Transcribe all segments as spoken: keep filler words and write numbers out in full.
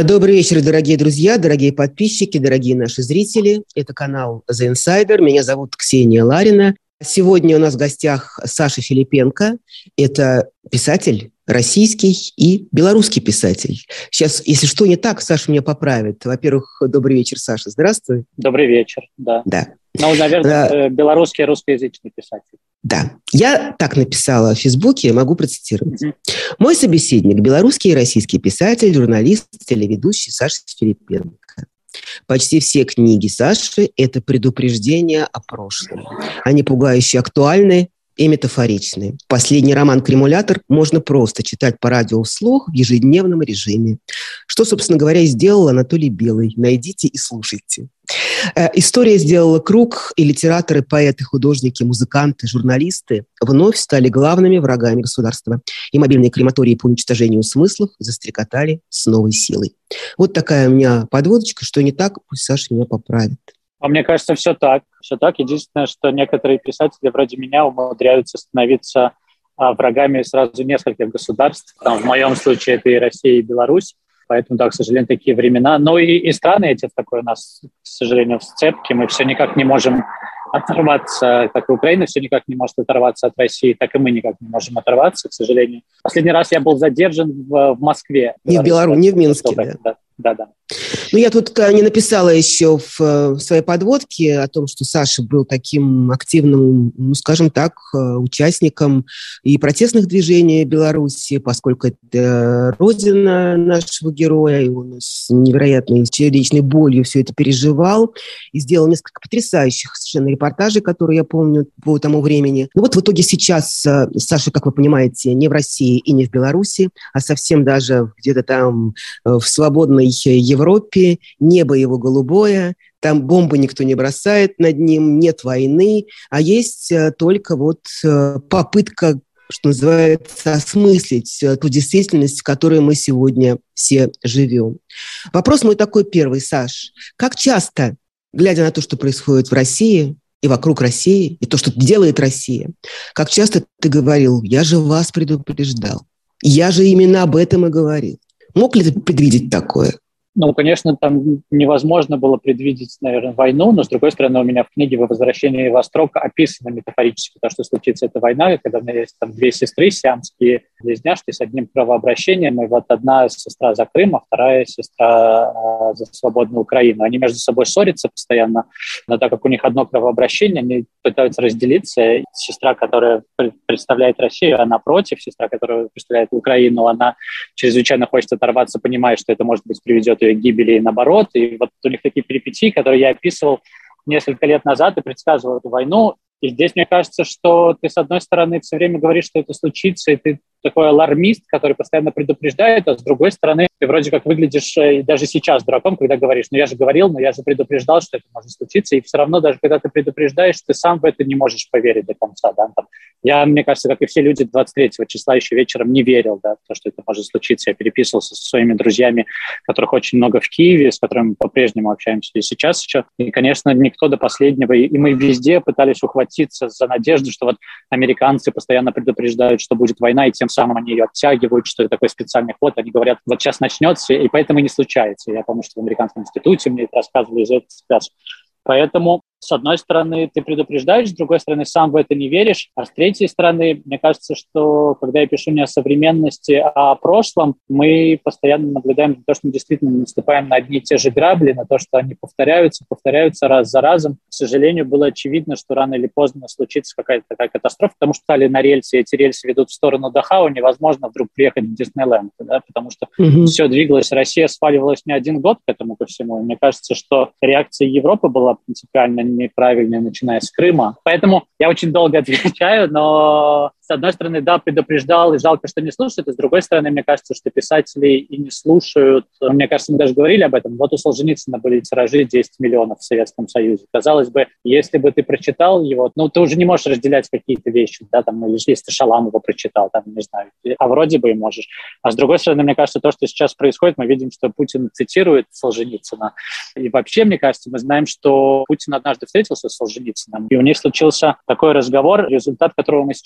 Добрый вечер, дорогие друзья, дорогие подписчики, дорогие наши зрители. Это канал The Insider. Меня зовут Ксения Ларина. Сегодня у нас в гостях Саша Филипенко. Это писатель, российский и белорусский писатель. Сейчас, если что не так, Саша меня поправит. Во-первых, добрый вечер, Саша. Здравствуй. Добрый вечер, да. Да. Ну, наверное, да. Белорусский, русскоязычный писатель. Да. Я так написала в Фейсбуке, могу процитировать. Mm-hmm. Мой собеседник – белорусский и российский писатель, журналист, телеведущий Саша Филипенко. Почти все книги Саши – это предупреждения о прошлом. Они пугающе актуальны и метафоричны. Последний роман «Кремулятор» можно просто читать по радио вслух в ежедневном режиме. Что, собственно говоря, и сделал Анатолий Белый. Найдите и слушайте. Э, история сделала круг, и литераторы, поэты, художники, музыканты, журналисты вновь стали главными врагами государства. И мобильные крематории по уничтожению смыслов застрекотали с новой силой. Вот такая у меня подводочка. Что не так, пусть Саша меня поправит. А мне кажется, все так. Все так. Единственное, что некоторые писатели вроде меня умудряются становиться а, врагами сразу нескольких государств. Там, в моем случае это и Россия, и Беларусь. Поэтому, да, к сожалению, такие времена. Но и, и страны эти в такой у нас, к сожалению, в сцепке. Мы все никак не можем оторваться, как и Украина все никак не может оторваться от России, так и мы никак не можем оторваться, к сожалению. Последний раз я был задержан в, в Москве. Не в Беларуси, не в Минске, да. да. Да, да. Ну, я тут не написала еще в, в своей подводке о том, что Саша был таким активным, ну, скажем так, участником и протестных движений Беларуси, поскольку это родина нашего героя, и он с невероятной сердечной болью все это переживал и сделал несколько потрясающих совершенно репортажей, которые я помню по тому времени. Ну вот в итоге сейчас Саша, как вы понимаете, не в России и не в Беларуси, а совсем даже где-то там в свободной Европе, небо его голубое, там бомбы никто не бросает над ним, нет войны, а есть только вот попытка, что называется, осмыслить ту действительность, в которой мы сегодня все живем. Вопрос мой такой первый, Саш. Как часто, глядя на то, что происходит в России и вокруг России, и то, что делает Россия, как часто ты говорил: я же вас предупреждал, я же именно об этом и говорил. Мог ли ты предвидеть такое? Ну, конечно, там невозможно было предвидеть, наверное, войну, но, с другой стороны, у меня в книге «Во возвращении во Строк» описано метафорически то, что случится эта война, когда у меня есть там две сестры, сиамские близняшки с одним кровообращением, и вот одна сестра за Крым, а вторая сестра э, за свободную Украину. Они между собой ссорятся постоянно, но так как у них одно кровообращение, они пытаются разделиться. Сестра, которая представляет Россию, она против, сестра, которая представляет Украину, она чрезвычайно хочет оторваться, понимая, что это, может быть, приведет к гибели и наоборот. И вот у них такие перипетии, которые я описывал несколько лет назад и предсказывал эту войну. И здесь мне кажется, что ты, с одной стороны, все время говоришь, что это случится, и ты такой алармист, который постоянно предупреждает, а с другой стороны, ты вроде как выглядишь и даже сейчас дураком, когда говоришь: ну я же говорил, но я же предупреждал, что это может случиться, и все равно даже когда ты предупреждаешь, ты сам в это не можешь поверить до конца. Да? Там, я, мне кажется, как и все люди, двадцать третьего числа еще вечером не верил, да, в то, что это может случиться. Я переписывался со своими друзьями, которых очень много в Киеве, с которыми мы по-прежнему общаемся и сейчас еще. И, конечно, никто до последнего, и мы везде пытались ухватиться за надежду, что вот американцы постоянно предупреждают, что будет война, и тем самым они ее оттягивают, что это такой специальный ход. Они говорят: вот сейчас начнется, и поэтому и не случается. Я помню, что в американском институте мне это рассказывали из этого сейчас. Поэтому, с одной стороны, ты предупреждаешь, с другой стороны, сам в это не веришь, а с третьей стороны, мне кажется, что когда я пишу не о современности, а о прошлом, мы постоянно наблюдаем то, что мы действительно наступаем на одни и те же грабли, на то, что они повторяются, повторяются раз за разом. К сожалению, было очевидно, что рано или поздно случится какая-то такая катастрофа, потому что стали на рельсы, эти рельсы ведут в сторону Дахау, невозможно вдруг приехать в Диснейленд, да, потому что mm-hmm. все двигалось, Россия сваливалась не один год к этому ко всему. И мне кажется, что реакция Европы была принципиально неправильная, начиная с Крыма. Поэтому я очень долго отвечаю, но с одной стороны, да, предупреждал, и жалко, что не слушают, и с другой стороны, мне кажется, что писатели и не слушают. Мне кажется, мы даже говорили об этом. Вот у Солженицына были тиражи десять миллионов в Советском Союзе. Казалось бы, если бы ты прочитал его, ну, ты уже не можешь разделять какие-то вещи, да, там, или если ты Шаламова прочитал, там, не знаю, а вроде бы и можешь. А с другой стороны, мне кажется, то, что сейчас происходит, мы видим, что Путин цитирует Солженицына. И вообще, мне кажется, мы знаем, что Путин однажды встретился с Солженицыным, и у них случился такой разговор, результат которого мы сейчас все наблюдаем.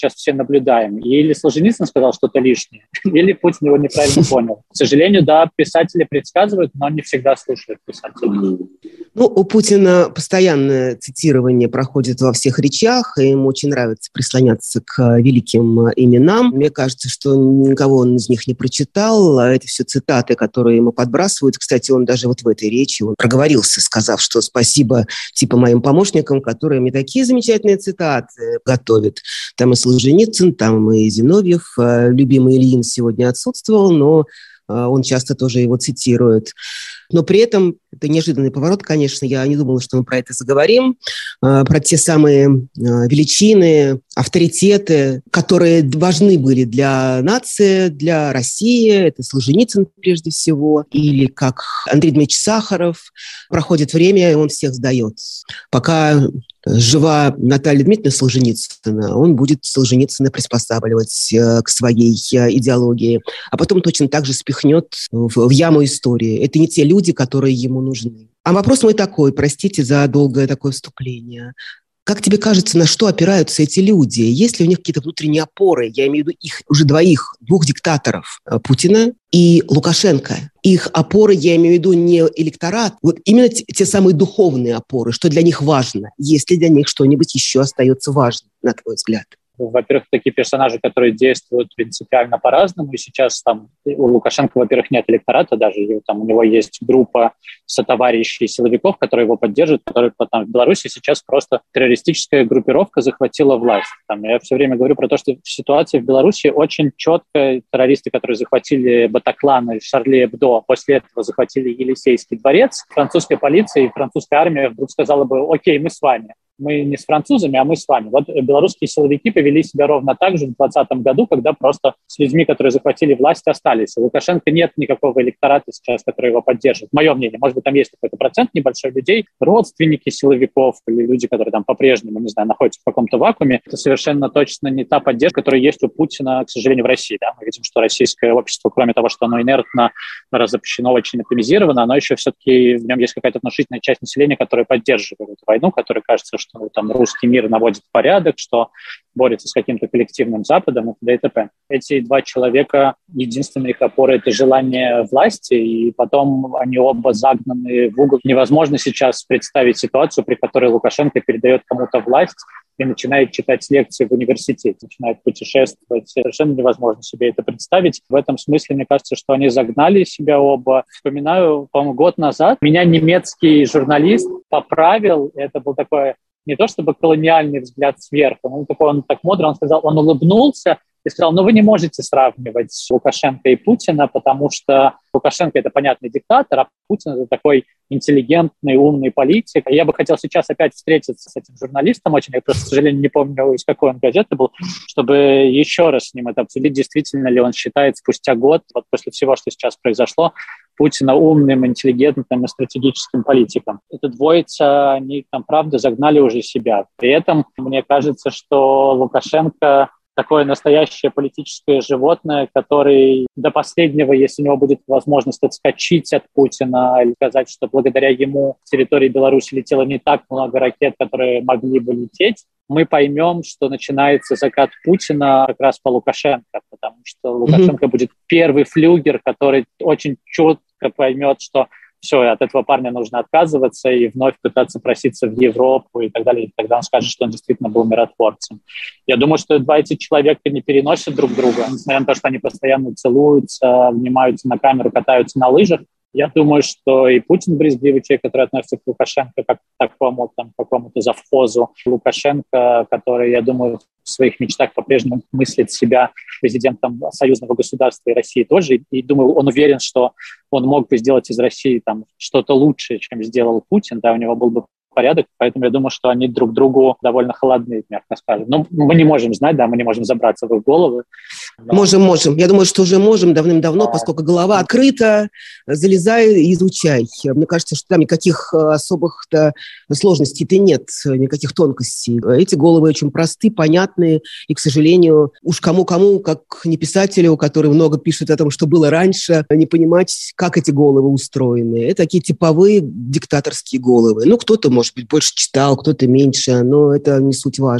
наблюдаем. Или Солженицын сказал что-то лишнее, или Путин его неправильно понял. К сожалению, да, писатели предсказывают, но не всегда слушают писателей. Ну, у Путина постоянное цитирование проходит во всех речах, и ему очень нравится прислоняться к великим именам. Мне кажется, что никого он из них не прочитал, а это все цитаты, которые ему подбрасывают. Кстати, он даже вот в этой речи он проговорился, сказав, что спасибо типа моим помощникам, которые мне такие замечательные цитаты готовят. Там и Солженицын, там и Зиновьев. Любимый Ильин сегодня отсутствовал, но он часто тоже его цитирует. Но при этом, это неожиданный поворот, конечно, я не думала, что мы про это заговорим, про те самые величины, авторитеты, которые важны были для нации, для России. Это Солженицын прежде всего, или как Андрей Дмитриевич Сахаров. Проходит время, и он всех сдает. Пока жива Наталья Дмитриевна Солженицына, он будет Солженицына приспосабливать к своей идеологии, а потом точно так же спихнет в, в яму истории. Это не те люди, которые ему нужны. А вопрос мой такой, простите за долгое такое вступление. Как тебе кажется, на что опираются эти люди? Есть ли у них какие-то внутренние опоры? Я имею в виду их уже двоих, двух диктаторов, Путина и Лукашенко. Их опоры, я имею в виду не электорат, вот именно те, те самые духовные опоры, что для них важно. Есть ли для них что-нибудь еще остается важным, на твой взгляд? Во-первых, такие персонажи, которые действуют принципиально по-разному. И сейчас там у Лукашенко, во-первых, нет электората даже. И, там, у него есть группа сотоварищей силовиков, которые его поддерживают, которые там, в Беларуси сейчас просто террористическая группировка захватила власть. Там, я все время говорю про то, что ситуация в Беларуси очень четкая. Террористы, которые захватили Батаклан и Шарли Эбдо, после этого захватили Елисейский дворец, французская полиция и французская армия вдруг сказала бы: окей, мы с вами. Мы не с французами, а мы с вами. Вот белорусские силовики повели себя ровно так же в двадцатом году, когда просто с людьми, которые захватили власть, остались. У Лукашенко нет никакого электората сейчас, который его поддерживает. Мое мнение. Может быть, там есть какой-то процент небольшой людей, родственники силовиков или люди, которые там по-прежнему, не знаю, находятся в каком-то вакууме. Это совершенно точно не та поддержка, которая есть у Путина, к сожалению, в России. Да? Мы видим, что российское общество, кроме того, что оно инертно, разобщено, очень атомизировано, оно еще все-таки, в нем есть какая-то внушительная часть населения, которая поддерживает эту войну, которая, кажется, что что там русский мир наводит порядок, что борется с каким-то коллективным Западом и т.д. и т.п. Эти два человека, единственная их опора – это желание власти, и потом они оба загнаны в угол. Невозможно сейчас представить ситуацию, при которой Лукашенко передает кому-то власть и начинает читать лекции в университете, начинает путешествовать. Совершенно невозможно себе это представить. В этом смысле, мне кажется, что они загнали себя оба. Вспоминаю, по-моему, год назад меня немецкий журналист поправил. Это был такой не то чтобы колониальный взгляд сверху, но такой, он так мудро, он сказал, он улыбнулся и сказал: ну вы не можете сравнивать Лукашенко и Путина, потому что Лукашенко – это понятный диктатор, а Путин – это такой интеллигентный, умный политик. Я бы хотел сейчас опять встретиться с этим журналистом, очень, я просто, к сожалению, не помню, из какой он газеты был, чтобы еще раз с ним это обсудить, действительно ли он считает спустя год, вот после всего, что сейчас произошло, Путина умным, интеллигентным и стратегическим политиком. Эта двоица, они там, правда, загнали уже себя. При этом, мне кажется, что Лукашенко такое настоящее политическое животное, который до последнего, если у него будет возможность отскочить от Путина или сказать, что благодаря ему с территории Беларуси летело не так много ракет, которые могли бы лететь, мы поймем, что начинается закат Путина как раз по Лукашенко, потому что Лукашенко mm-hmm. будет первый флюгер, который очень четко поймет, что все, от этого парня нужно отказываться и вновь пытаться проситься в Европу и так далее. И тогда он скажет, что он действительно был миротворцем. Я думаю, что два эти человека не переносят друг друга, несмотря на то, что они постоянно целуются, обнимаются на камеру, катаются на лыжах. Я думаю, что и Путин брезгливый человек, который относится к Лукашенко как к такому там, какому-то завхозу. Лукашенко, который, я думаю, в своих мечтах по-прежнему мыслит себя президентом союзного государства и России тоже. И, думаю, он уверен, что он мог бы сделать из России там, что-то лучшее, чем сделал Путин. Да, у него был бы порядок, поэтому я думаю, что они друг другу довольно холодны, мягко скажем. Ну, мы не можем знать, да, мы не можем забраться в их головы. Но... Можем, можем. Я думаю, что уже можем давным-давно, а... поскольку голова открыта, залезай и изучай. Мне кажется, что там никаких особых-то сложностей-то нет, никаких тонкостей. Эти головы очень просты, понятные, и, к сожалению, уж кому-кому, как не писателю, который много пишет о том, что было раньше, не понимать, как эти головы устроены. Это такие типовые диктаторские головы. Ну, кто-то, может быть, больше читал, кто-то меньше, но это не суть важно.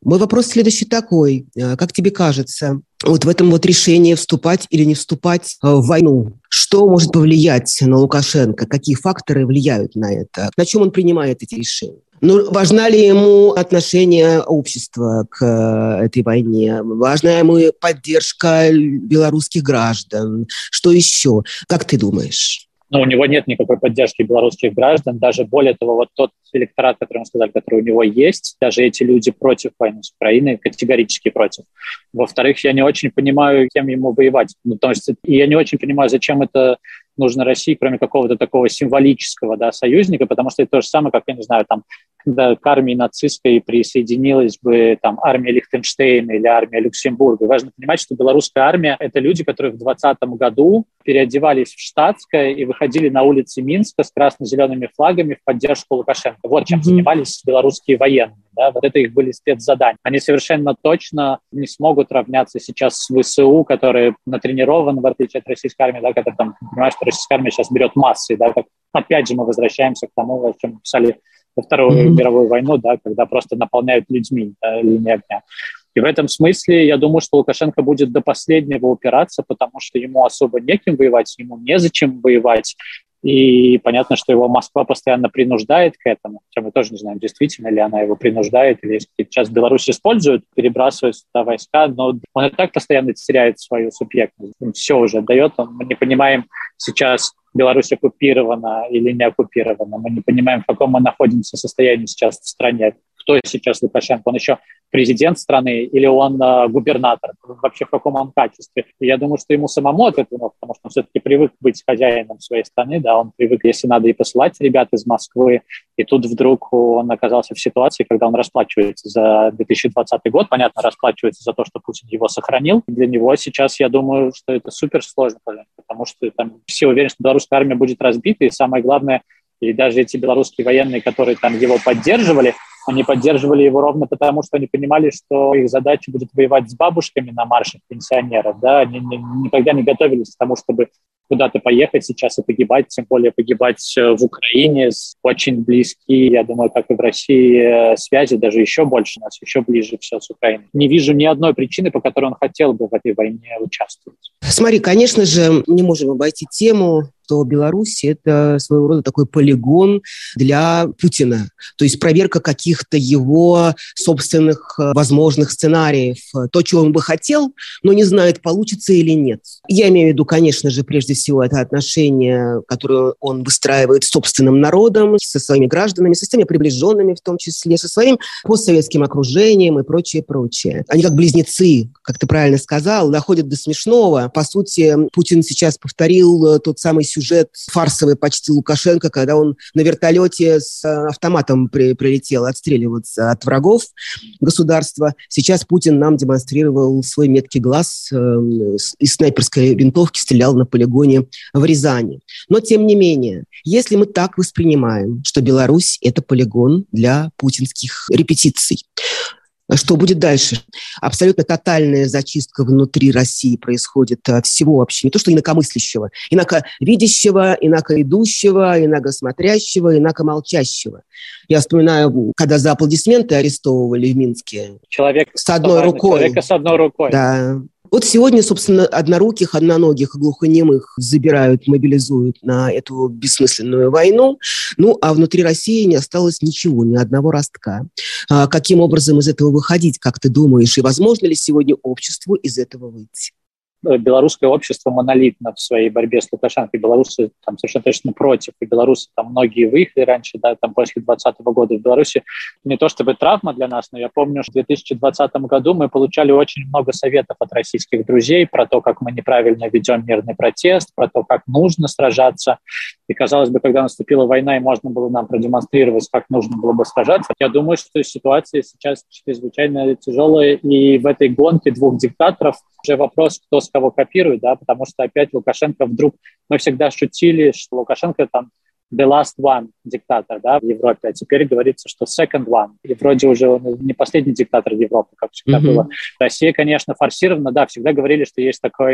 Мой вопрос следующий такой. Как тебе кажется, вот в этом вот решении вступать или не вступать в войну, что может повлиять на Лукашенко? Какие факторы влияют на это? На чем он принимает эти решения? Ну, важна ли ему отношение общества к этой войне? Важна ему поддержка белорусских граждан? Что еще? Как ты думаешь? Но у него нет никакой поддержки белорусских граждан. Даже более того, вот тот электорат, который мы сказали, который у него есть, даже эти люди против войны с Украиной, категорически против. Во-вторых, я не очень понимаю, кем ему воевать. Ну, потому что я не очень понимаю, зачем это нужно России, кроме какого-то такого символического, да, союзника, потому что это то же самое, как, я не знаю, там, когда к армии нацистской присоединилась бы там армия Лихтенштейна или армия Люксембурга. Важно понимать, что белорусская армия – это люди, которые в двадцатом году переодевались в штатское и выходили на улицы Минска с красно-зелеными флагами в поддержку Лукашенко. Вот чем mm-hmm. занимались белорусские военные. Да? Вот это их были спецзадания. Они совершенно точно не смогут равняться сейчас с ВСУ, которые натренированы, в отличие от российской армии, да, когда там, понимаешь, что российская армия сейчас берет массы. Да? Как, опять же, мы возвращаемся к тому, о чем писали во Вторую mm-hmm. мировую войну, да, когда просто наполняют людьми, да, линии огня. И в этом смысле я думаю, что Лукашенко будет до последнего упираться, потому что ему особо неким воевать, ему незачем воевать. И понятно, что его Москва постоянно принуждает к этому. Хотя мы тоже не знаем, действительно ли она его принуждает, или сейчас Беларусь использует, перебрасывает сюда войска, но он и так постоянно теряет свою субъектность. Он все уже отдает, мы не понимаем сейчас, Беларусь оккупирована или не оккупирована. Мы не понимаем, в каком мы находимся состоянии сейчас в стране. Кто сейчас Лукашенко? Он еще президент страны или он э, губернатор? Вообще в каком он качестве? И я думаю, что ему самому от этого, потому что он все-таки привык быть хозяином своей страны, да, он привык, если надо, и посылать ребят из Москвы. И тут вдруг он оказался в ситуации, когда он расплачивается за две тысячи двадцатый год, понятно, расплачивается за то, что Путин его сохранил. Для него сейчас, я думаю, что это супер сложно, потому что там все уверены, что белорусская армия будет разбита, и самое главное, и даже эти белорусские военные, которые там его поддерживали, они поддерживали его ровно потому, что они понимали, что их задача будет воевать с бабушками на маршах пенсионеров. Да? Они никогда не готовились к тому, чтобы куда-то поехать сейчас и погибать, тем более погибать в Украине. Очень близкие, я думаю, как и в России, связи, даже еще больше у нас, еще ближе все с Украиной. Не вижу ни одной причины, по которой он хотел бы в этой войне участвовать. Смотри, конечно же, не можем обойти тему, что Беларусь – это своего рода такой полигон для Путина. То есть проверка каких-то его собственных возможных сценариев. То, чего он бы хотел, но не знает, получится или нет. Я имею в виду, конечно же, прежде всего, это отношения, которые он выстраивает с собственным народом, со своими гражданами, со своими приближенными в том числе, со своим постсоветским окружением и прочее, прочее. Они как близнецы, как ты правильно сказал, доходят до смешного. По сути, Путин сейчас повторил тот самый сюжет фарсовый почти Лукашенко, когда он на вертолете с автоматом при, прилетел отстреливаться от врагов государства. Сейчас Путин нам демонстрировал свой меткий глаз э, из снайперской винтовки, стрелял на полигоне в Рязани. Но, тем не менее, если мы так воспринимаем, что Беларусь – это полигон для путинских репетиций, что будет дальше? Абсолютно тотальная зачистка внутри России происходит всего вообще, не то что инакомыслящего, инаковидящего, инакоидущего, инакосмотрящего, инакомолчащего. Я вспоминаю, когда за аплодисменты арестовывали в Минске. Человек с одной рукой. Человека с одной рукой. Да. Вот сегодня, собственно, одноруких, одноногих, глухонемых забирают, мобилизуют на эту бессмысленную войну. Ну, а внутри России не осталось ничего, ни одного ростка. А каким образом из этого выходить, как ты думаешь? И возможно ли сегодня обществу из этого выйти? Белорусское общество монолитно в своей борьбе с Лукашенко. Белорусы там совершенно точно против. И белорусы там многие выехали раньше, да, там после двадцатого года в Беларуси. Не то чтобы травма для нас, но я помню, что в две тысячи двадцатом году мы получали очень много советов от российских друзей про то, как мы неправильно ведем мирный протест, про то, как нужно сражаться. И, казалось бы, когда наступила война, и можно было нам продемонстрировать, как нужно было бы сражаться, я думаю, что ситуация сейчас чрезвычайно тяжелая. И в этой гонке двух диктаторов уже вопрос, кто с кого копирует, да, потому что опять Лукашенко вдруг... Мы всегда шутили, что Лукашенко там the last one диктатор, да, в Европе, а теперь говорится, что second one. И вроде уже он не последний диктатор Европы, как всегда mm-hmm. было. Россия, конечно, форсирована, да, всегда говорили, что есть такой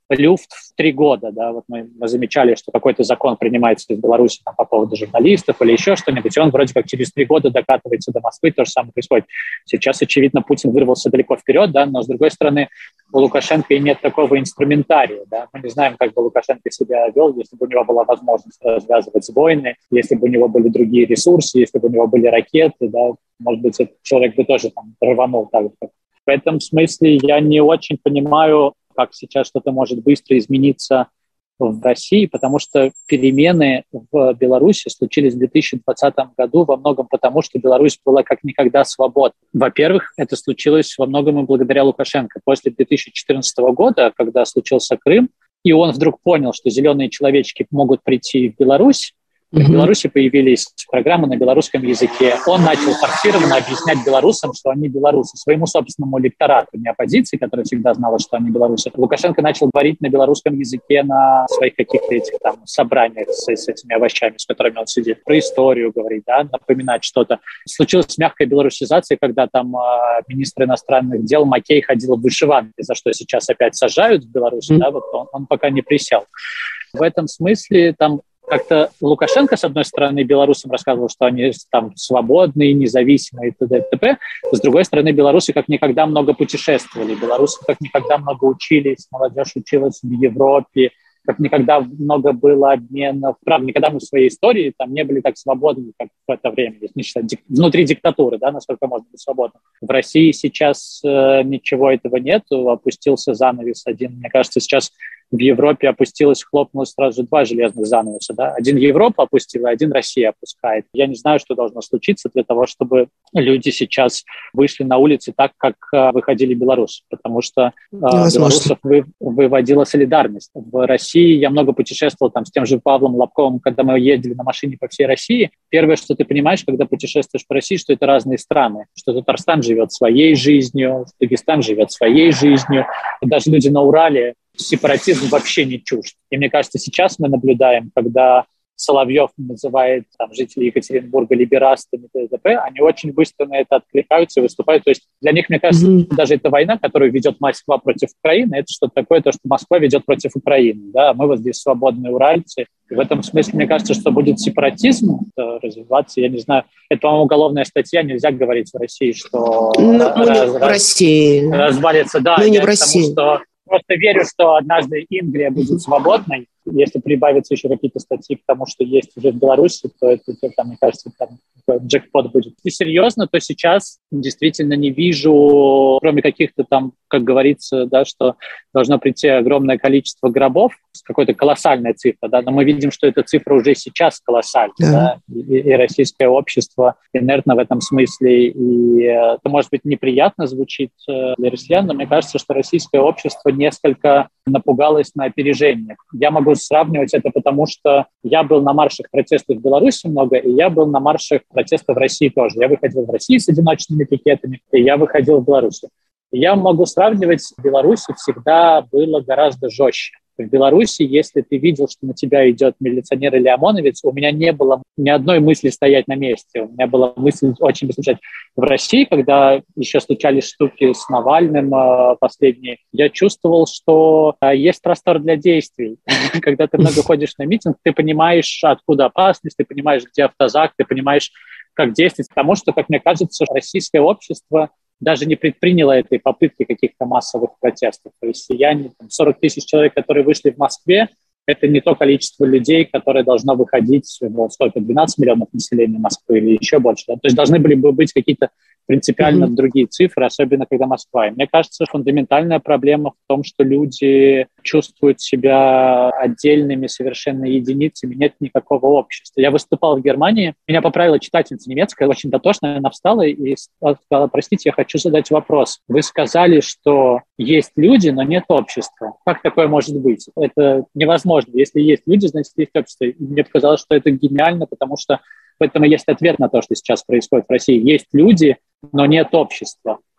люфт в три года, да, вот мы, мы замечали, что какой-то закон принимается в Беларуси там, по поводу журналистов или еще что-нибудь, и он вроде как через три года докатывается до Москвы, то же самое происходит. Сейчас, очевидно, Путин вырвался далеко вперед, да, но, с другой стороны, у Лукашенко и нет такого инструментария, да, мы не знаем, как бы Лукашенко себя вел, если бы у него была возможность развязывать войны, если бы у него были другие ресурсы, если бы у него были ракеты, да, может быть, этот человек бы тоже там рванул так же. В этом смысле я не очень понимаю, как сейчас что-то может быстро измениться в России, потому что перемены в Беларуси случились в две тысячи двадцатом году во многом потому, что Беларусь была как никогда свободна. Во-первых, это случилось во многом и благодаря Лукашенко. После две тысячи четырнадцатого года, когда случился Крым, и он вдруг понял, что зеленые человечки могут прийти в Беларусь, в mm-hmm. Беларуси появились программы на белорусском языке. Он начал форсированно объяснять белорусам, что они белорусы, своему собственному электорату, не оппозиции, которая всегда знала, что они белорусы. Лукашенко начал говорить на белорусском языке на своих каких-то этих там собраниях с, с этими овощами, с которыми он сидит. Про историю говорить, да, напоминать что-то. Случилась мягкая белорусизация, когда там э, министр иностранных дел Макей ходил в вышиванке, за что сейчас опять сажают в Беларуси, mm-hmm. да, вот он, он пока не присел. В этом смысле там как-то Лукашенко, с одной стороны, белорусам рассказывал, что они там свободные, независимые и т.д. и т.п. С другой стороны, белорусы как никогда много путешествовали, белорусы как никогда много учились, молодежь училась в Европе, как никогда много было обменов. Правда, никогда мы в своей истории там не были так свободны, как в это время, если не считать дик... внутри диктатуры, да, насколько можно быть свободным. В России сейчас э, ничего этого нету, опустился занавес один. Мне кажется, сейчас в Европе опустилось, хлопнулось сразу же два железных занавеса. Да? Один Европа опустила, один Россия опускает. Я не знаю, что должно случиться для того, чтобы люди сейчас вышли на улицы так, как э, выходили белорусы, потому что э, белорусов вы, выводила солидарность. В России я много путешествовал там, с тем же Павлом Лобковым, когда мы ездили на машине по всей России. Первое, что ты понимаешь, когда путешествуешь по России, что это разные страны, что Татарстан живет своей жизнью, Дагестан живет своей жизнью, даже люди на Урале, сепаратизм вообще не чужд. И мне кажется, сейчас мы наблюдаем, когда Соловьев называет там, жителей Екатеринбурга либерастами и т.д., они очень быстро на это откликаются и выступают. То есть для них, мне кажется, mm-hmm. даже эта война, которую ведет Москва против Украины, это что-то такое, то, что Москва ведет против Украины. Да? Мы вот здесь свободные уральцы. И в этом смысле, мне кажется, что будет сепаратизм развиваться. Я не знаю, это, по-моему, уголовная статья. Нельзя говорить в России, что ну, раз, в России. развалится. Да, ну, не я в России. Потому, что просто верю, что однажды Ингрия будет свободной. Если прибавятся еще какие-то статьи к тому, что есть уже в Беларуси, то это, там, мне кажется, там джекпот будет. И серьезно, то сейчас действительно не вижу, кроме каких-то там, как говорится, да, что должно прийти огромное количество гробов, какая-то колоссальная цифра, да, но мы видим, что эта цифра уже сейчас колоссальная, да. Да? И, и российское общество инертно в этом смысле, и это, может быть, неприятно звучит для россиян, но мне кажется, что российское общество несколько напугалось на опережение. Я могу сравнивать это, потому что я был на маршах протестов в Беларуси много, и я был на маршах протестов в России тоже. Я выходил в России с одиночными пикетами, и я выходил в Беларуси. И я могу сравнивать, в Беларуси всегда было гораздо жестче. В Беларуси, если ты видел, что на тебя идет милиционер или ОМОНовец, у меня не было ни одной мысли стоять на месте. У меня была мысль очень быстро бежать. В России, когда еще случались штуки с Навальным э, последние, я чувствовал, что э, есть простор для действий. Когда ты много ходишь на митинг, ты понимаешь, откуда опасность, ты понимаешь, где автозак, ты понимаешь, как действовать. Потому что, как мне кажется, российское общество даже не предприняло этой попытки каких-то массовых протестов. Россияне, там, сорок тысяч человек, которые вышли в Москве, это не то количество людей, которое должно выходить, ну, сколько, двенадцать миллионов населения Москвы или еще больше. Да? То есть должны были бы быть какие-то принципиально mm-hmm. другие цифры, особенно когда Москва. И мне кажется, фундаментальная проблема в том, что люди чувствуют себя отдельными совершенно единицами, нет никакого общества. Я выступал в Германии, меня поправила читательница немецкая, очень дотошная, она встала и сказала: простите, я хочу задать вопрос. Вы сказали, что есть люди, но нет общества. Как такое может быть? Это невозможно. Если есть люди, значит, есть общество. И мне показалось, что это гениально, потому что в этом и есть ответ на то, что сейчас происходит в России. Есть люди, но нет общества.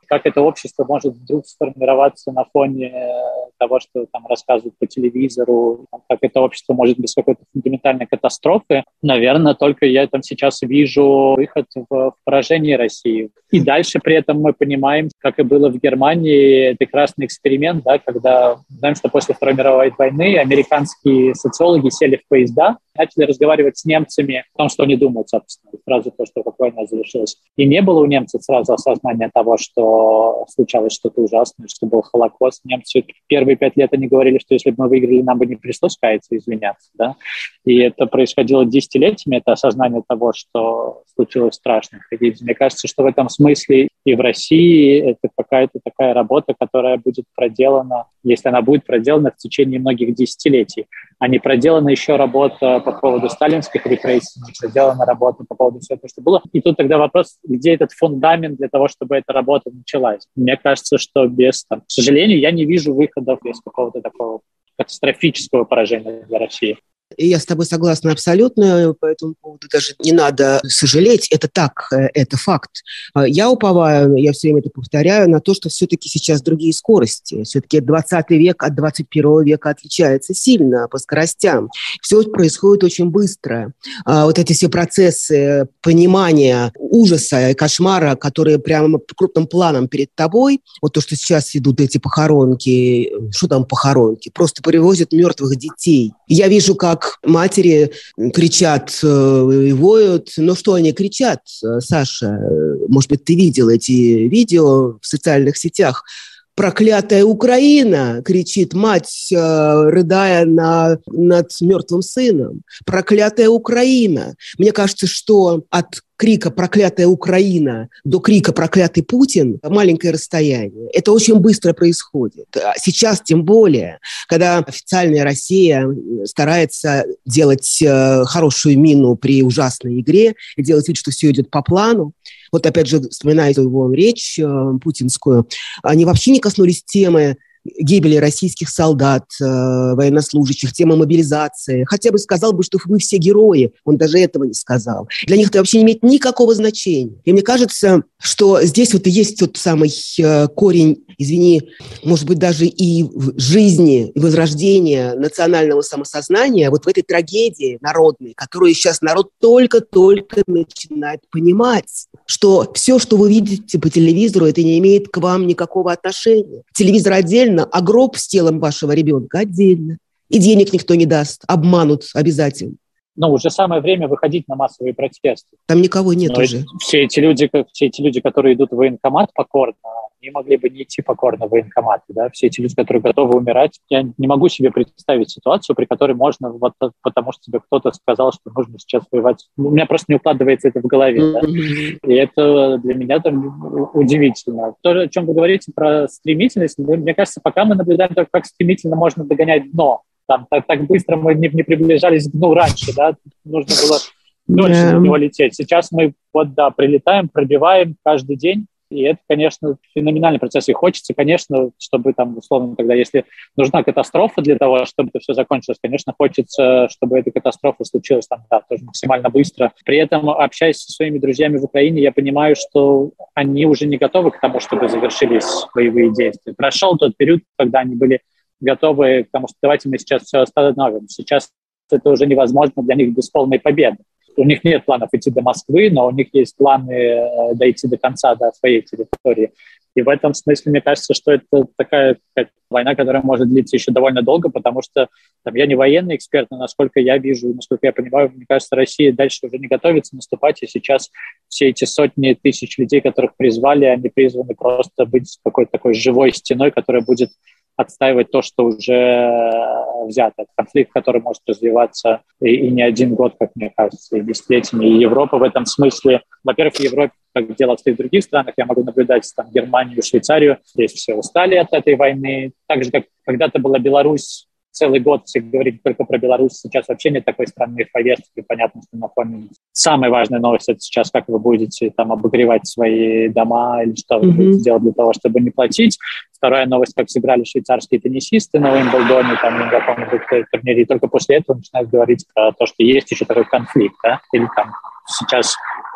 как это общество может вдруг сформироваться на фоне того, что там рассказывают по телевизору, как это общество может без какой-то фундаментальной катастрофы, наверное, только я там сейчас вижу выход в поражение России. И дальше при этом мы понимаем, как и было в Германии, прекрасный эксперимент, да, когда знаем, что после Второй мировой войны американские социологи сели в поезда, начали разговаривать с немцами о том, что они думают, собственно, сразу то, что как война завершилась. И не было у немцев сразу осознания того, что случалось что-то ужасное, что был Холокост. Немцы первые пять лет они говорили, что если бы мы выиграли, нам бы не пришлось каяться и извиняться. Да? И это происходило десятилетиями, это осознание того, что случилось страшная трагедия. Мне кажется, что в этом смысле и в России это какая-то такая работа, которая будет проделана, если она будет проделана в течение многих десятилетий, а не проделана еще работа по поводу сталинских репрессий, не проделана работа по поводу всего того, что было. И тут тогда вопрос, где этот фундамент для того, чтобы эта работа началась. Мне кажется, что без, там, к сожалению, я не вижу выходов из какого-то такого катастрофического поражения для России. И я с тобой согласна абсолютно, по этому поводу даже не надо сожалеть, это так, это факт. Я уповаю, я все время это повторяю, на то, что все-таки сейчас другие скорости. Все-таки двадцатый век от двадцать первого века отличается сильно по скоростям. Все происходит очень быстро. Вот эти все процессы понимания ужаса и кошмара, которые прямо крупным планом перед тобой, вот то, что сейчас идут эти похоронки, что там похоронки, просто перевозят мертвых детей. Я вижу, как матери кричат и воют. Но что они кричат, Саша? Может быть, ты видел эти видео в социальных сетях? «Проклятая Украина!» – кричит мать, рыдая на, над мертвым сыном. «Проклятая Украина!» Мне кажется, что от крика «проклятая Украина» до крика «проклятый Путин» маленькое расстояние. Это очень быстро происходит. Сейчас тем более, когда официальная Россия старается делать хорошую мину при ужасной игре и делать вид, что все идет по плану. Вот опять же, вспоминая его речь путинскую, они вообще не коснулись темы гибели российских солдат, э, военнослужащих, тема мобилизации. Хотя бы сказал бы, что вы все герои. Он даже этого не сказал. Для них это вообще не имеет никакого значения. И мне кажется, что здесь вот и есть тот самый э, корень, извини, может быть, даже и в жизни, и возрождения национального самосознания, вот в этой трагедии народной, которую сейчас народ только-только начинает понимать, что все, что вы видите по телевизору, это не имеет к вам никакого отношения. Телевизор отдельно, а гроб с телом вашего ребенка отдельно. И денег никто не даст, обманут обязательно. Ну, уже самое время выходить на массовые протесты. Там никого нет Но уже. Все эти люди, все эти люди, которые идут в военкомат покорно, не могли бы не идти покорно в военкомат. Да? Все эти люди, которые готовы умирать. Я не могу себе представить ситуацию, при которой можно, вот, потому что тебе кто-то сказал, что нужно сейчас воевать. У меня просто не укладывается это в голове. Mm-hmm. Да? И это для меня там удивительно. То, о чем вы говорите про стремительность, мне кажется, пока мы наблюдаем, как стремительно можно догонять дно. Там, так, так быстро мы не, не приближались к дну раньше, да, нужно было дольше yeah. до него лететь. Сейчас мы вот, да, прилетаем, пробиваем каждый день, и это, конечно, феноменальный процесс. И хочется, конечно, чтобы там, условно, тогда, если нужна катастрофа для того, чтобы это все закончилось, конечно, хочется, чтобы эта катастрофа случилась там, да, тоже максимально быстро. При этом, общаясь со своими друзьями в Украине, я понимаю, что они уже не готовы к тому, чтобы завершились боевые действия. Прошел тот период, когда они были готовы к тому, что давайте мы сейчас все остановим. Сейчас это уже невозможно для них без полной победы. У них нет планов идти до Москвы, но у них есть планы дойти до конца, до своей территории. И в этом смысле, мне кажется, что это такая война, которая может длиться еще довольно долго, потому что там, я не военный эксперт, но насколько я вижу, насколько я понимаю, мне кажется, Россия дальше уже не готовится наступать, и сейчас все эти сотни тысяч людей, которых призвали, они призваны просто быть какой-то такой живой стеной, которая будет отстаивать то, что уже взято. Конфликт, который может развиваться и, и не один год, как мне кажется, и десятилетиями. И Европа в этом смысле, во-первых, в Европе, как дело в других странах, я могу наблюдать там Германию, Швейцарию, здесь все устали от этой войны. Так же, как когда-то была Беларусь, целый год все говорили только про Беларусь, сейчас вообще нет такой странной повестки, понятно, что на фоне. Самая важная новость — это сейчас, как вы будете там обогревать свои дома или что вы mm-hmm. будете делать для того, чтобы не платить. Вторая новость, как сыграли швейцарские теннисисты на Уимблдоне, там, я помню, в турнире, и только после этого начинают говорить про то, что есть еще такой конфликт, да, или там сейчас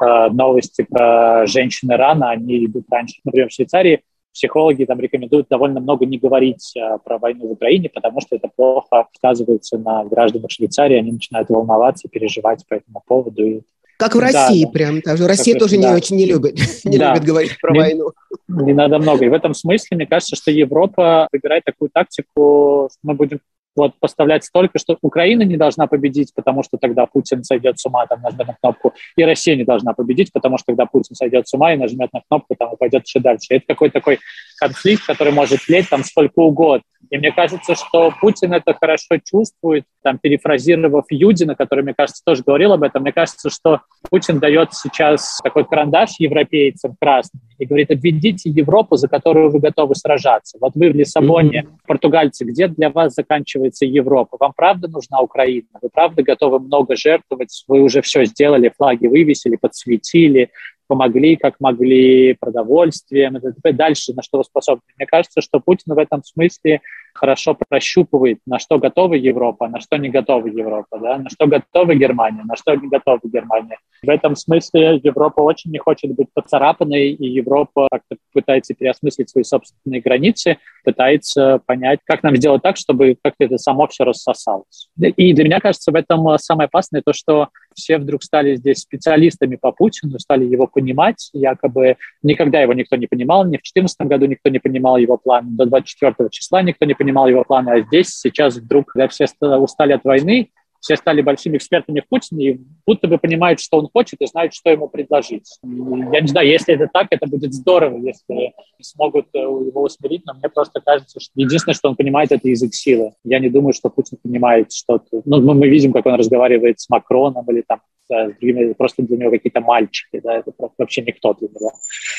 э, новости про женщин Ирана, они идут раньше. Например, в Швейцарии психологи там рекомендуют довольно много не говорить э, про войну в Украине, потому что это плохо сказывается на гражданах Швейцарии, они начинают волноваться, переживать по этому поводу. И как в России, да, прям так же. Россия тоже да. не очень не любит, не да. любит говорить про не, войну. Не надо много. И в этом смысле, мне кажется, что Европа выбирает такую тактику, что мы будем вот поставлять столько, что Украина не должна победить, потому что тогда Путин сойдет с ума, там нажмет на кнопку, и Россия не должна победить, потому что тогда Путин сойдет с ума и нажмет на кнопку, там, и пойдет еще дальше. И это какой-то такой конфликт, который может тлеть там сколько угодно. И мне кажется, что Путин это хорошо чувствует, там, перефразировав Юдина, который, мне кажется, тоже говорил об этом, мне кажется, что Путин дает сейчас такой карандаш европейцам красный и говорит: обведите Европу, за которую вы готовы сражаться. Вот вы в Лиссабоне, mm-hmm. португальцы, где для вас заканчивается Европа? Вам правда нужна Украина? Вы правда готовы много жертвовать? Вы уже все сделали, флаги вывесили, подсветили, помогли, как могли, продовольствием и т.д. Дальше, на что вы способны. Мне кажется, что Путин в этом смысле хорошо прощупывает, на что готова Европа, на что не готова Европа, да? На что готова Германия, на что не готова Германия. В этом смысле Европа очень не хочет быть поцарапанной, и Европа как-то пытается переосмыслить свои собственные границы, пытается понять, как нам сделать так, чтобы как-то это само все рассосалось. И для меня кажется, в этом самое опасное то, что все вдруг стали здесь специалистами по Путину, стали его понимать, якобы никогда его никто не понимал, ни в две тысячи четырнадцатом году никто не понимал его план, до двадцать четвёртого числа никто не понимал его планы, а здесь сейчас вдруг, когда все устали от войны, все стали большими экспертами в Путине и будто бы понимают, что он хочет, и знают, что ему предложить. И я не знаю, если это так, это будет здорово, если смогут его усмирить, но мне просто кажется, что единственное, что он понимает, это язык силы. Я не думаю, что Путин понимает что-то. Ну, мы видим, как он разговаривает с Макроном или там с другими, просто для него какие-то мальчики, да, это вообще никто для него.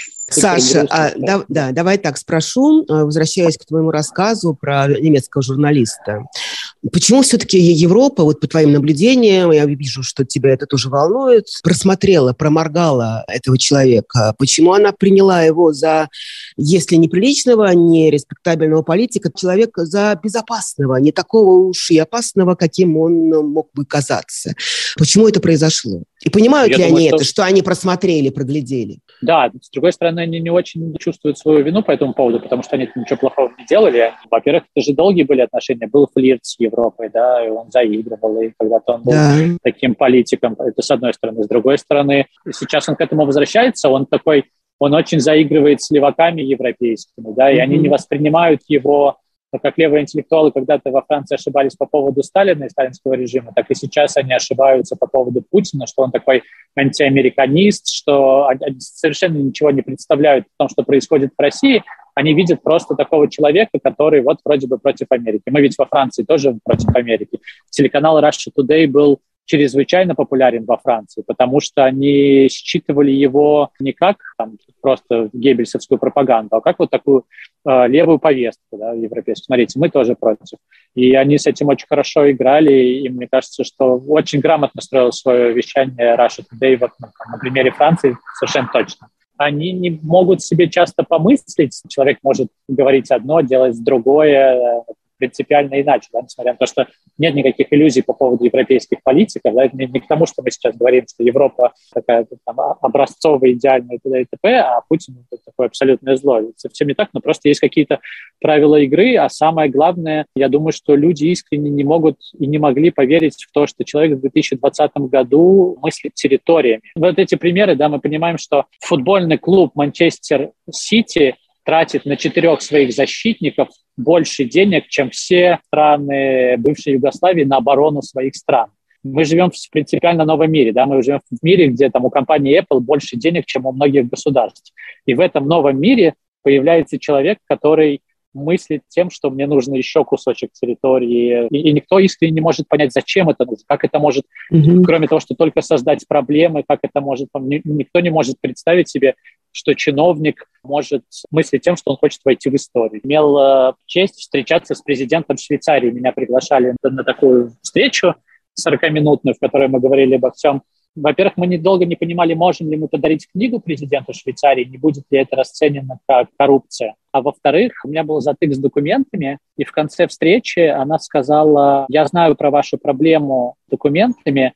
Саша, а, да, да, давай так спрошу, возвращаясь к твоему рассказу про немецкого журналиста. Почему все-таки Европа, вот по твоим наблюдениям, я вижу, что тебя это тоже волнует, просмотрела, проморгала этого человека? Почему она приняла его за, если не приличного, не респектабельного политика, человека за безопасного, не такого уж и опасного, каким он мог бы казаться? Почему это произошло? И понимают я ли думаю, они что... это, что они просмотрели, проглядели? Да, с другой стороны, они не очень чувствуют свою вину по этому поводу, потому что они ничего плохого не делали. Во-первых, это же долгие были отношения, был флирт с Европой, да, и он заигрывал, и когда-то он был да. таким политиком. Это с одной стороны. С другой стороны, сейчас он к этому возвращается, он такой, он очень заигрывает с леваками европейскими, да, и mm-hmm. они не воспринимают его как левые интеллектуалы когда-то во Франции ошибались по поводу Сталина и сталинского режима, так и сейчас они ошибаются по поводу Путина, что он такой антиамериканист, что они совершенно ничего не представляют о том, что происходит в России. Они видят просто такого человека, который вот вроде бы против Америки. Мы ведь во Франции тоже против Америки. Телеканал Russia Today был чрезвычайно популярен во Франции, потому что они считывали его не как там, просто геббельсовскую пропаганду, а как вот такую э, левую повестку, да, европейскую. Смотрите, мы тоже против. И они с этим очень хорошо играли, и мне кажется, что очень грамотно строил свое вещание Russia Today вот, на, на примере Франции совершенно точно. Они не могут себе часто помыслить, человек может говорить одно, делать другое, принципиально иначе, да, несмотря на то, что нет никаких иллюзий по поводу европейских политиков, да, не, не к тому, что мы сейчас говорим, что Европа такая там, образцовая, идеальная и т.д. и т.п., а Путин это такое абсолютное зло. Это совсем не так, но просто есть какие-то правила игры, а самое главное, я думаю, что люди искренне не могут и не могли поверить в то, что человек в две тысячи двадцатом году мыслит территориями. Вот эти примеры, да, мы понимаем, что футбольный клуб Манчестер Сити тратит на четырех своих защитников больше денег, чем все страны бывшей Югославии на оборону своих стран. Мы живем в принципиально новом мире, да, мы живем в мире, где там у компании Apple больше денег, чем у многих государств. И в этом новом мире появляется человек, который мыслит тем, что мне нужно еще кусочек территории, и, и никто искренне не может понять, зачем это нужно, как это может, mm-hmm. кроме того, что только создать проблемы, как это может, никто не может представить себе, что чиновник может мыслить тем, что он хочет войти в историю. Имел э, честь встречаться с президентом Швейцарии. Меня приглашали на, на такую встречу сорокаминутную, в которой мы говорили обо всем. Во-первых, мы недолго не понимали, можем ли мы подарить книгу президенту Швейцарии, не будет ли это расценено как коррупция. А во-вторых, у меня был затык с документами, и в конце встречи она сказала: я знаю про вашу проблему с документами,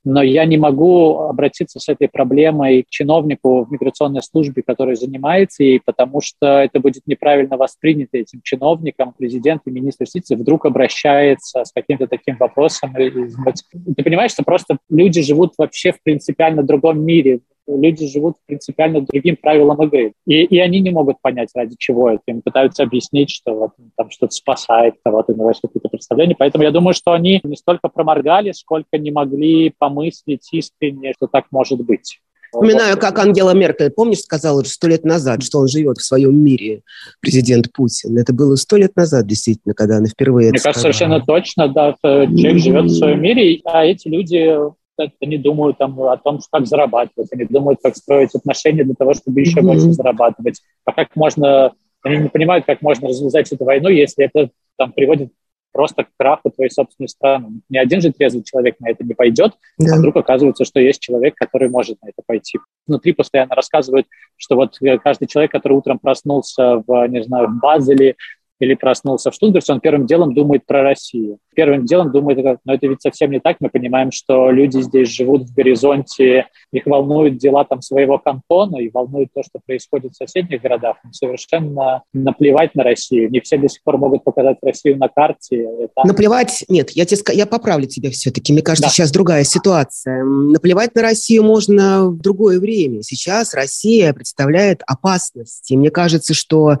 но я не могу обратиться с этой проблемой к чиновнику в миграционной службе, который занимается ей, потому что это будет неправильно воспринято этим чиновником. Президент и министр юстиции вдруг обращается с каким-то таким вопросом. Ты понимаешь, что просто люди живут вообще в принципиально другом мире. Люди живут принципиально другим правилам игры. И, и они не могут понять, ради чего это. Им пытаются объяснить, что вот, там что-то спасает кого-то, у него какие-то представления. Поэтому я думаю, что они не столько проморгали, сколько не могли помыслить искренне, что так может быть. Вспоминаю, как Ангела Меркель, помнишь, сказала уже сто лет назад, что он живет в своем мире, президент Путин. Это было сто лет назад, действительно, когда она впервые Мне это кажется, сказала. совершенно точно, да, человек живет в своем мире, а эти люди... Они думают там, о том, как зарабатывать, они думают, как строить отношения для того, чтобы еще mm-hmm. больше зарабатывать. А как можно... Они не понимают, как можно развязать эту войну, если это там, приводит просто к краху твоей собственной страны. Ни один же трезвый человек на это не пойдет, yeah. а вдруг оказывается, что есть человек, который может на это пойти. Внутри постоянно рассказывают, что вот каждый человек, который утром проснулся в, не знаю, в Базеле, или проснулся в Штутгарте, он первым делом думает про Россию. Первым делом думает, но это ведь совсем не так. Мы понимаем, что люди здесь живут в горизонте, их волнуют дела там своего кантона и волнует то, что происходит в соседних городах. Им совершенно наплевать на Россию. Не все до сих пор могут показать Россию на карте. Это... Наплевать? Нет, я, тебе, я поправлю тебя все-таки. Мне кажется, да. сейчас другая ситуация. Наплевать на Россию можно в другое время. Сейчас Россия представляет опасность. И мне кажется, что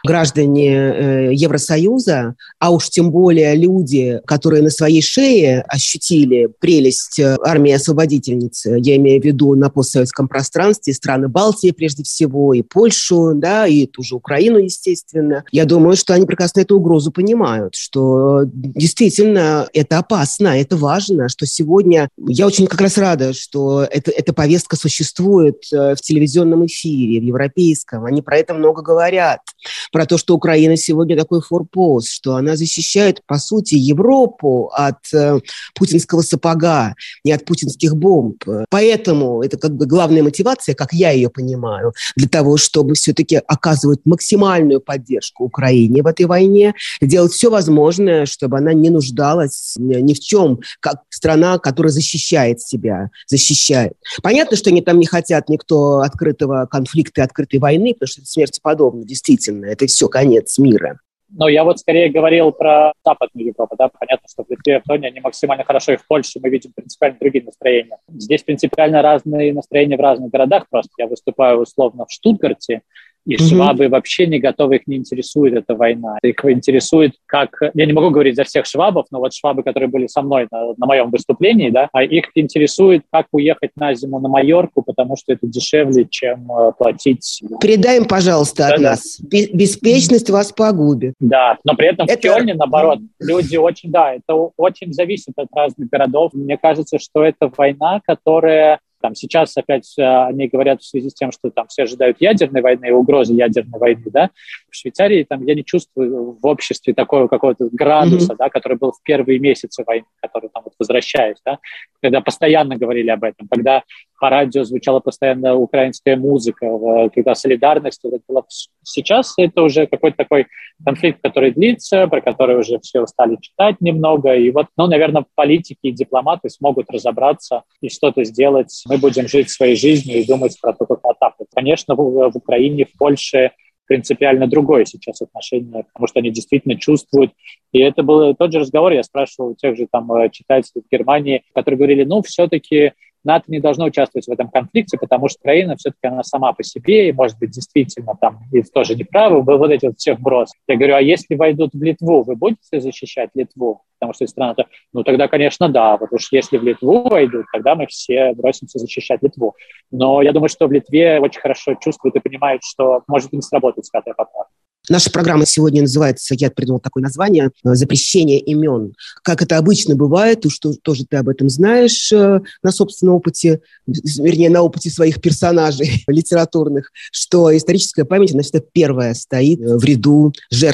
граждане Евросоюза, а уж тем более люди, которые на своей шее ощутили прелесть армии-освободительницы, я имею в виду на постсоветском пространстве, страны Балтии прежде всего, и Польшу, да, и ту же Украину, естественно. Я думаю, что они прекрасно эту угрозу понимают, что действительно это опасно, это важно, что сегодня... Я очень как раз рада, что это, эта повестка существует в телевизионном эфире, в европейском. Они про это много говорят. Про то, что Украина сегодня такой форпост, что она защищает, по сути, Европу от э, путинского сапога, не от путинских бомб. Поэтому это как бы главная мотивация, как я ее понимаю, для того, чтобы все-таки оказывать максимальную поддержку Украине в этой войне, делать все возможное, чтобы она не нуждалась ни в чем, как страна, которая защищает себя, защищает. Понятно, что они там не хотят никто открытого конфликта, открытой войны, потому что это смертеподобно, действительно, это все конец мира. Но я вот скорее говорил про Западную Европу, да, понятно, что в Литве и Эстонии они максимально хорошо, и в Польше мы видим принципиально другие настроения. Здесь принципиально разные настроения в разных городах, просто я выступаю условно в Штутгарте, и mm-hmm. швабы вообще не готовы, их не интересует эта война. Их интересует, как... Я не могу говорить за всех швабов, но вот швабы, которые были со мной на, на моем выступлении, да, а их интересует, как уехать на зиму на Майорку, потому что это дешевле, чем э, платить... Передай им, пожалуйста, от да, нас. Да. Беспечность вас погубит. Да, но при этом это... в Кёльне, наоборот, люди очень... Да, это очень зависит от разных городов. Мне кажется, что это война, которая... Там сейчас опять они говорят в связи с тем, что там все ожидают ядерной войны, угрозы ядерной войны, да. В Швейцарии там я не чувствую в обществе такого какого-то градуса, mm-hmm. да, который был в первые месяцы войны, который там вот возвращаясь, да, когда постоянно говорили об этом, когда по радио звучала постоянно украинская музыка, когда солидарность. Это было... Сейчас это уже какой-то такой конфликт, который длится, про который уже все стали читать немного. И вот, ну, наверное, политики и дипломаты смогут разобраться и что-то сделать. Мы будем жить своей жизнью и думать про то, как атаку. Конечно, в, в Украине, в Польше принципиально другое сейчас отношение, потому что они действительно чувствуют. И это был тот же разговор, я спрашивал у тех же там читателей в Германии, которые говорили, ну, все-таки НАТО не должно участвовать в этом конфликте, потому что Украина все-таки она сама по себе, и, может быть, действительно там и тоже неправы, вот эти вот все вбросы. Я говорю, а если войдут в Литву, вы будете защищать Литву? Потому что страна-то, ну тогда, конечно, да, вот уж если в Литву войдут, тогда мы все бросимся защищать Литву. Но я думаю, что в Литве очень хорошо чувствуют и понимают, что может не сработать пятая поправка. Наша программа сегодня называется, я придумал такое название, «Запрещение имен». Как это обычно бывает, и что тоже ты об этом знаешь на собственном опыте, вернее, на опыте своих персонажей литературных, что историческая память, она всегда первая стоит в ряду жертв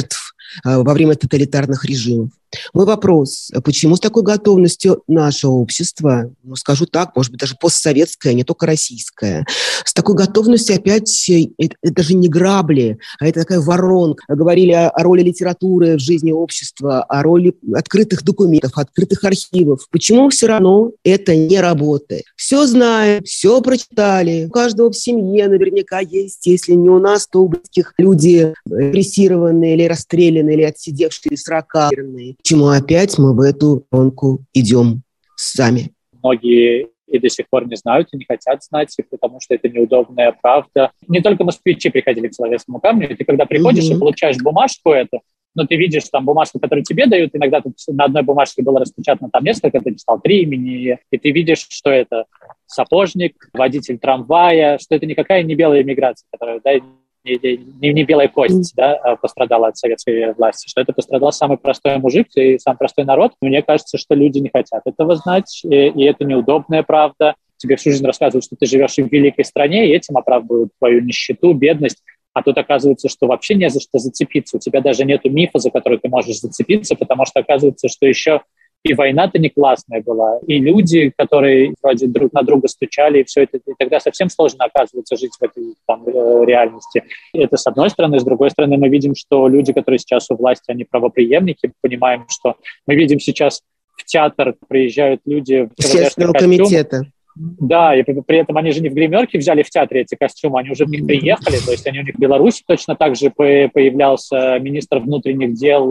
во время тоталитарных режимов. Мой вопрос: почему с такой готовностью наше общество, ну, скажу так, может быть, даже постсоветское, не только российское, с такой готовностью опять, это, это же не грабли, а это такая воронка. Говорили о, о роли литературы в жизни общества, о роли открытых документов, открытых архивов. Почему все равно это не работает? Все знаем, все прочитали, у каждого в семье наверняка есть, если не у нас, то у близких люди репрессированные или расстрелянные, или отсидевшие срока. Почему опять мы в эту гонку идем сами? Многие и до сих пор не знают и не хотят знать, потому что это неудобная правда. Не только москвичи приходили к Соловецкому камню. Ты когда приходишь mm-hmm. и получаешь бумажку эту, но ты видишь там бумажку, которую тебе дают, иногда тут на одной бумажке было распечатано там несколько, ты писал три имени, и ты видишь, что это сапожник, водитель трамвая, что это никакая не белая иммиграция, которая, да, Не, не, не белая кость, да, пострадала от советской власти, что это пострадал самый простой мужик и самый простой народ. Мне кажется, что люди не хотят этого знать, и, и это неудобная правда. Тебе всю жизнь рассказывают, что ты живешь в великой стране, и этим оправдывают твою нищету, бедность, а тут оказывается, что вообще не за что зацепиться. У тебя даже нет мифа, за который ты можешь зацепиться, потому что оказывается, что еще и война-то не классная была, и люди, которые вроде друг на друга стучали, и все это, и тогда совсем сложно, оказывается, жить в этой там, реальности. И это с одной стороны. С другой стороны, мы видим, что люди, которые сейчас у власти, они правопреемники. Понимаем, что мы видим сейчас в театр приезжают люди в Общественного комитета. Да, и при, при этом они же не в гримерке взяли в театре эти костюмы, они уже в них приехали, то есть они у них в Беларуси точно так же появлялся министр внутренних дел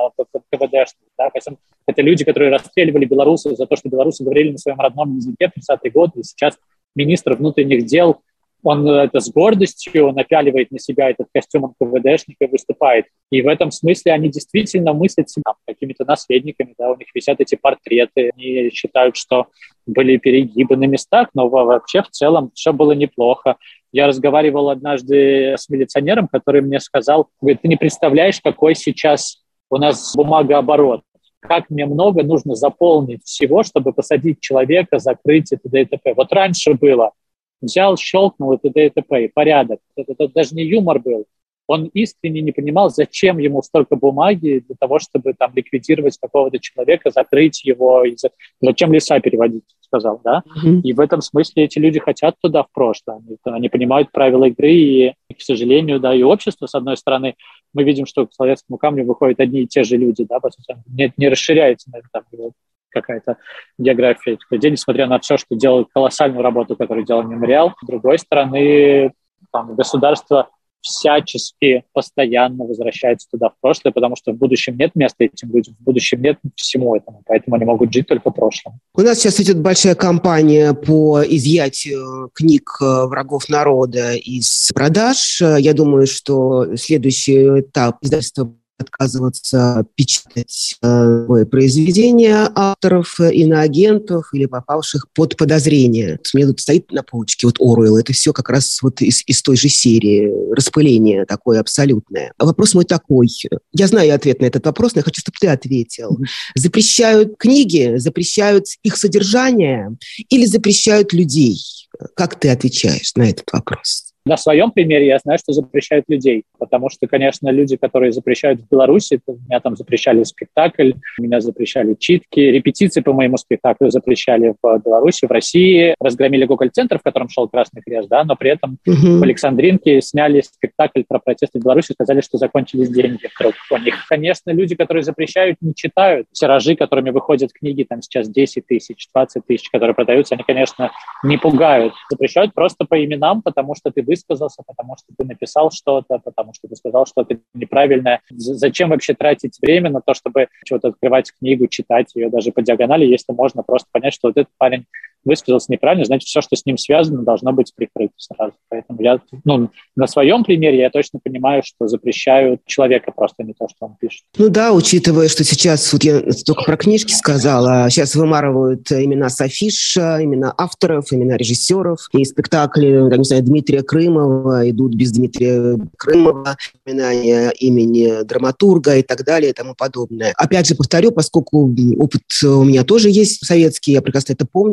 КВДшный. Да? Это люди, которые расстреливали белорусов за то, что белорусы говорили на своем родном языке в тридцатые годы, и сейчас министр внутренних дел, он это с гордостью напяливает на себя этот костюм КВДшника и выступает. И в этом смысле они действительно мыслят себя какими-то наследниками, да, у них висят эти портреты, они считают, что были перегибы на местах, но вообще в целом все было неплохо. Я разговаривал однажды с милиционером, который мне сказал, говорит, ты не представляешь, какой сейчас у нас бумагооборот. Как мне много нужно заполнить всего, чтобы посадить человека, закрыть и т.д. и т.п. Вот раньше было. Взял, щелкнул и т.д. и т.п. И порядок. Это, это даже не юмор был. Он искренне не понимал, зачем ему столько бумаги для того, чтобы там ликвидировать какого-то человека, закрыть его. И за... Зачем леса переводить, сказал, да? Mm-hmm. И в этом смысле эти люди хотят туда в прошлое. Они, они понимают правила игры, и, к сожалению, да, и общество, с одной стороны, мы видим, что к Соловецкому камню выходят одни и те же люди, да, по сути, не, не расширяется, наверное, там, какая-то география этих людей, несмотря на все, что делают колоссальную работу, которую делал мемориал. С другой стороны, там, государство всячески постоянно возвращается туда в прошлое, потому что в будущем нет места этим людям, в будущем нет всему этому, поэтому они могут жить только в прошлом. У нас сейчас идет большая кампания по изъятию книг врагов народа из продаж. Я думаю, что следующий этап издательства отказываться печатать э, произведения авторов, иноагентов или попавших под подозрение. У меня тут стоит на полочке вот Оруэлл. Это все как раз вот из, из той же серии. Распыление такое абсолютное. А вопрос мой такой. Я знаю ответ на этот вопрос, но я хочу, чтобы ты ответил. Запрещают книги, запрещают их содержание или запрещают людей? Как ты отвечаешь на этот вопрос? На своем примере я знаю, что запрещают людей, потому что, конечно, люди, которые запрещают в Беларуси, меня там запрещали спектакль, меня запрещали читки, репетиции по моему спектаклю запрещали в Беларуси, в России, разгромили Гоголь-центр, в котором шел Красный Крест, да, но при этом uh-huh. в Александринке сняли спектакль про протесты в Беларуси, сказали, что закончились деньги вдруг у них. Конечно, люди, которые запрещают, не читают. Тиражи, которыми выходят книги, там сейчас десять тысяч, двадцать тысяч, которые продаются, они, конечно, не пугают. Запрещают просто по именам, потому что ты высказался, потому что ты написал что-то, потому что ты сказал что-то неправильное. Зачем вообще тратить время на то, чтобы что-то открывать книгу, читать ее даже по диагонали, если можно просто понять, что вот этот парень высказался неправильно, значит, все, что с ним связано, должно быть прикрыто сразу. Поэтому я, ну, на своем примере я точно понимаю, что запрещают человека просто, не то, что он пишет. Ну да, учитывая, что сейчас, вот я только про книжки сказала, а сейчас вымарывают имена с афиш, имена авторов, имена режиссеров, и спектакли, я не знаю, Дмитрия Крымова идут без Дмитрия Крымова, упоминание имени драматурга и так далее и тому подобное. Опять же, повторю, поскольку опыт у меня тоже есть советский, я прекрасно это помню,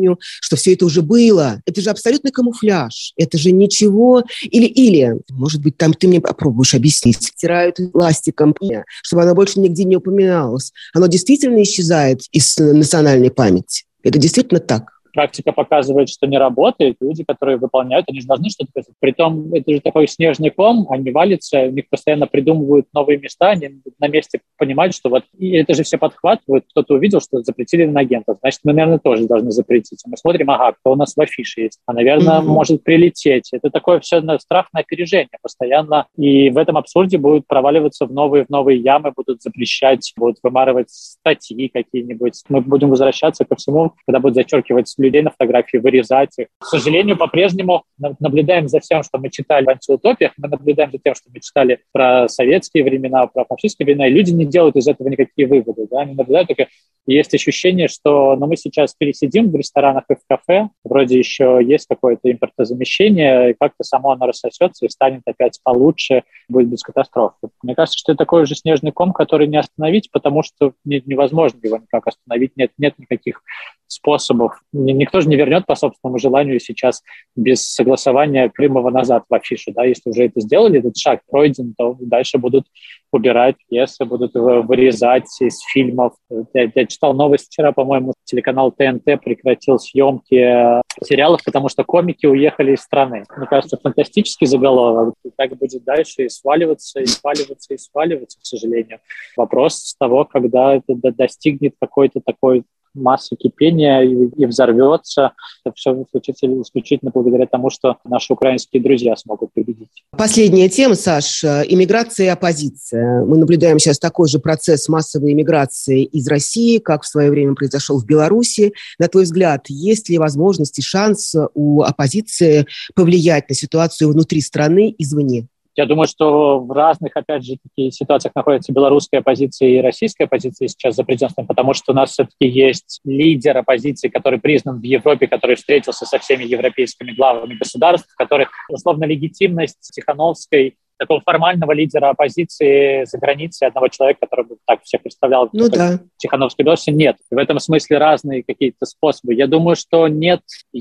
что все это уже было. Это же абсолютный камуфляж. Это же ничего. Или, или, может быть, там ты мне попробуешь объяснить. Стирают пластиком, чтобы оно больше нигде не упоминалось. Оно действительно исчезает из национальной памяти. Это действительно так. Практика показывает, что не работает. Люди, которые выполняют, они же должны что-то делать. Притом, это же такой снежный ком, они валятся, у них постоянно придумывают новые места, они на месте понимают, что вот и это же все подхватывают. Кто-то увидел, что запретили иноагентов. Значит, мы, наверное, тоже должны запретить. Мы смотрим, ага, кто у нас в афише есть. А, наверное, mm-hmm. может прилететь. Это такое все страх на опережение постоянно. И в этом абсурде будут проваливаться в новые, в новые ямы, будут запрещать, будут вымарывать статьи какие-нибудь. Мы будем возвращаться ко всему, когда будут зачеркивать людей на фотографии, вырезать их. К сожалению, по-прежнему наблюдаем за всем, что мы читали в антиутопиях, мы наблюдаем за тем, что мы читали про советские времена, про фашистские времена, и люди не делают из этого никакие выводы. Да? Они наблюдают только... И есть ощущение, что ну, мы сейчас пересидим в ресторанах и в кафе, вроде еще есть какое-то импортозамещение, и как-то само оно рассосется и станет опять получше, будет без катастрофы. Мне кажется, что это такой же снежный ком, который не остановить, потому что невозможно его никак остановить, нет, нет никаких способов. Никто же не вернет по собственному желанию сейчас без согласования Крымова назад в афишу. Да? Если уже это сделали, этот шаг пройден, то дальше будут убирать пьесы, будут вырезать из фильмов. Я, я читал новость вчера, по-моему, телеканал ТНТ прекратил съемки сериалов, потому что комики уехали из страны. Мне кажется, фантастический заголовок. И так будет дальше и сваливаться, и сваливаться, и сваливаться, к сожалению. Вопрос с того, когда это достигнет какой-то такой массы кипения и, и взорвется. Это все случится исключительно благодаря тому, что наши украинские друзья смогут победить. Последняя тема, Саш, иммиграция и оппозиция. Мы наблюдаем сейчас такой же процесс массовой иммиграции из России, как в свое время произошел в Беларуси. На твой взгляд, есть ли возможность и шанс у оппозиции повлиять на ситуацию внутри страны извне? Я думаю, что в разных, опять же, таких ситуациях находится белорусская оппозиция и российская оппозиция сейчас за президентством, потому что у нас все-таки есть лидер оппозиции, который признан в Европе, который встретился со всеми европейскими главами государств, в которых, условно, легитимность Тихановской, такого формального лидера оппозиции за границей, одного человека, который бы так всех представлял, ну, да. Тихановской Беларуси, нет. В этом смысле разные какие-то способы. Я думаю, что нет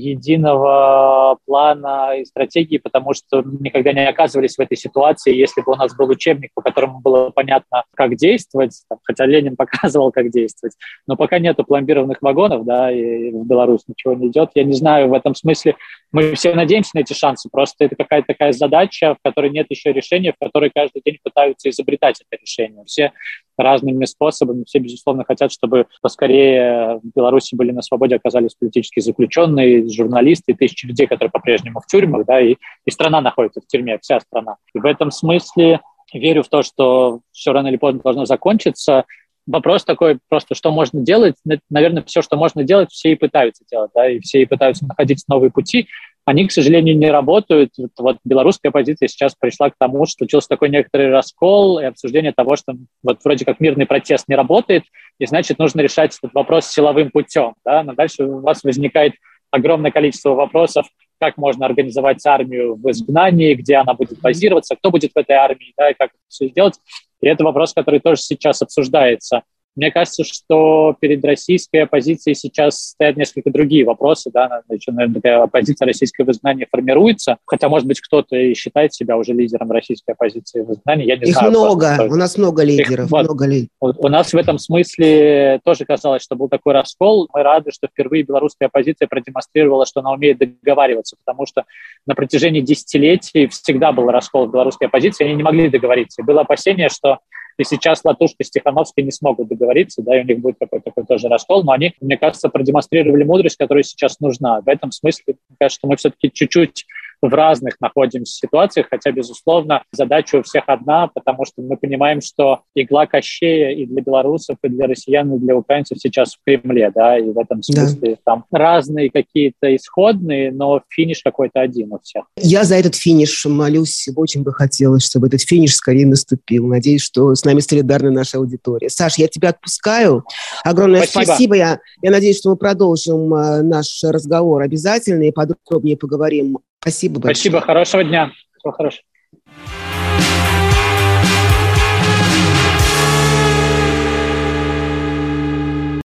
единого плана и стратегии, потому что мы никогда не оказывались в этой ситуации. Если бы у нас был учебник, по которому было понятно, как действовать, там, хотя Ленин показывал, как действовать, но пока нету пломбированных вагонов, да, и в Беларусь ничего не идет. Я не знаю, в этом смысле мы все надеемся на эти шансы, просто это какая-то такая задача, в которой нет еще решения, в которой каждый день пытаются изобретать это решение. Все разными способами, все, безусловно, хотят, чтобы поскорее в Беларуси были на свободе, оказались политические заключенные, журналисты, тысячи людей, которые по-прежнему в тюрьмах, да, и, и страна находится в тюрьме, вся страна. И в этом смысле верю в то, что все рано или поздно должно закончиться. Вопрос такой просто, что можно делать? Наверное, все, что можно делать, все и пытаются делать, да, и все и пытаются находить новые пути. Они, к сожалению, не работают. Вот белорусская оппозиция сейчас пришла к тому, что случился такой некоторый раскол и обсуждение того, что вот вроде как мирный протест не работает, и значит, нужно решать этот вопрос силовым путем, да, но дальше у вас возникает огромное количество вопросов, как можно организовать армию в изгнании, где она будет базироваться, кто будет в этой армии, да, и как это все сделать. И это вопрос, который тоже сейчас обсуждается. Мне кажется, что перед российской оппозицией сейчас стоят несколько другие вопросы. Да? Наверное, такая оппозиция российской в изгнании формируется. Хотя, может быть, кто-то и считает себя уже лидером российской оппозиции в изгнании. Я не Их знаю, много. Просто, у нас много лидеров. Их, вот, много лидеров. У нас в этом смысле тоже казалось, что был такой раскол. Мы рады, что впервые белорусская оппозиция продемонстрировала, что она умеет договариваться, потому что на протяжении десятилетий всегда был раскол в белорусской оппозиции, они не могли договориться. И было опасение, что и сейчас Латушко с Тихановской не смогут договориться, да, и у них будет какой-то такой тоже раскол, но они, мне кажется, продемонстрировали мудрость, которая сейчас нужна. В этом смысле, мне кажется, что мы все-таки чуть-чуть в разных находимся ситуациях, хотя, безусловно, задача у всех одна, потому что мы понимаем, что игла Кощея и для белорусов, и для россиян, и для украинцев сейчас в Кремле, да, и в этом смысле да. Там разные какие-то исходные, но финиш какой-то один у всех. Я за этот финиш молюсь, очень бы хотелось, чтобы этот финиш скорее наступил. Надеюсь, что с нами солидарна наша аудитория. Саш, я тебя отпускаю. Огромное спасибо. спасибо. Я, я надеюсь, что мы продолжим наш разговор обязательно и подробнее поговорим. Спасибо большое. Спасибо, хорошего дня. Всего хорошего.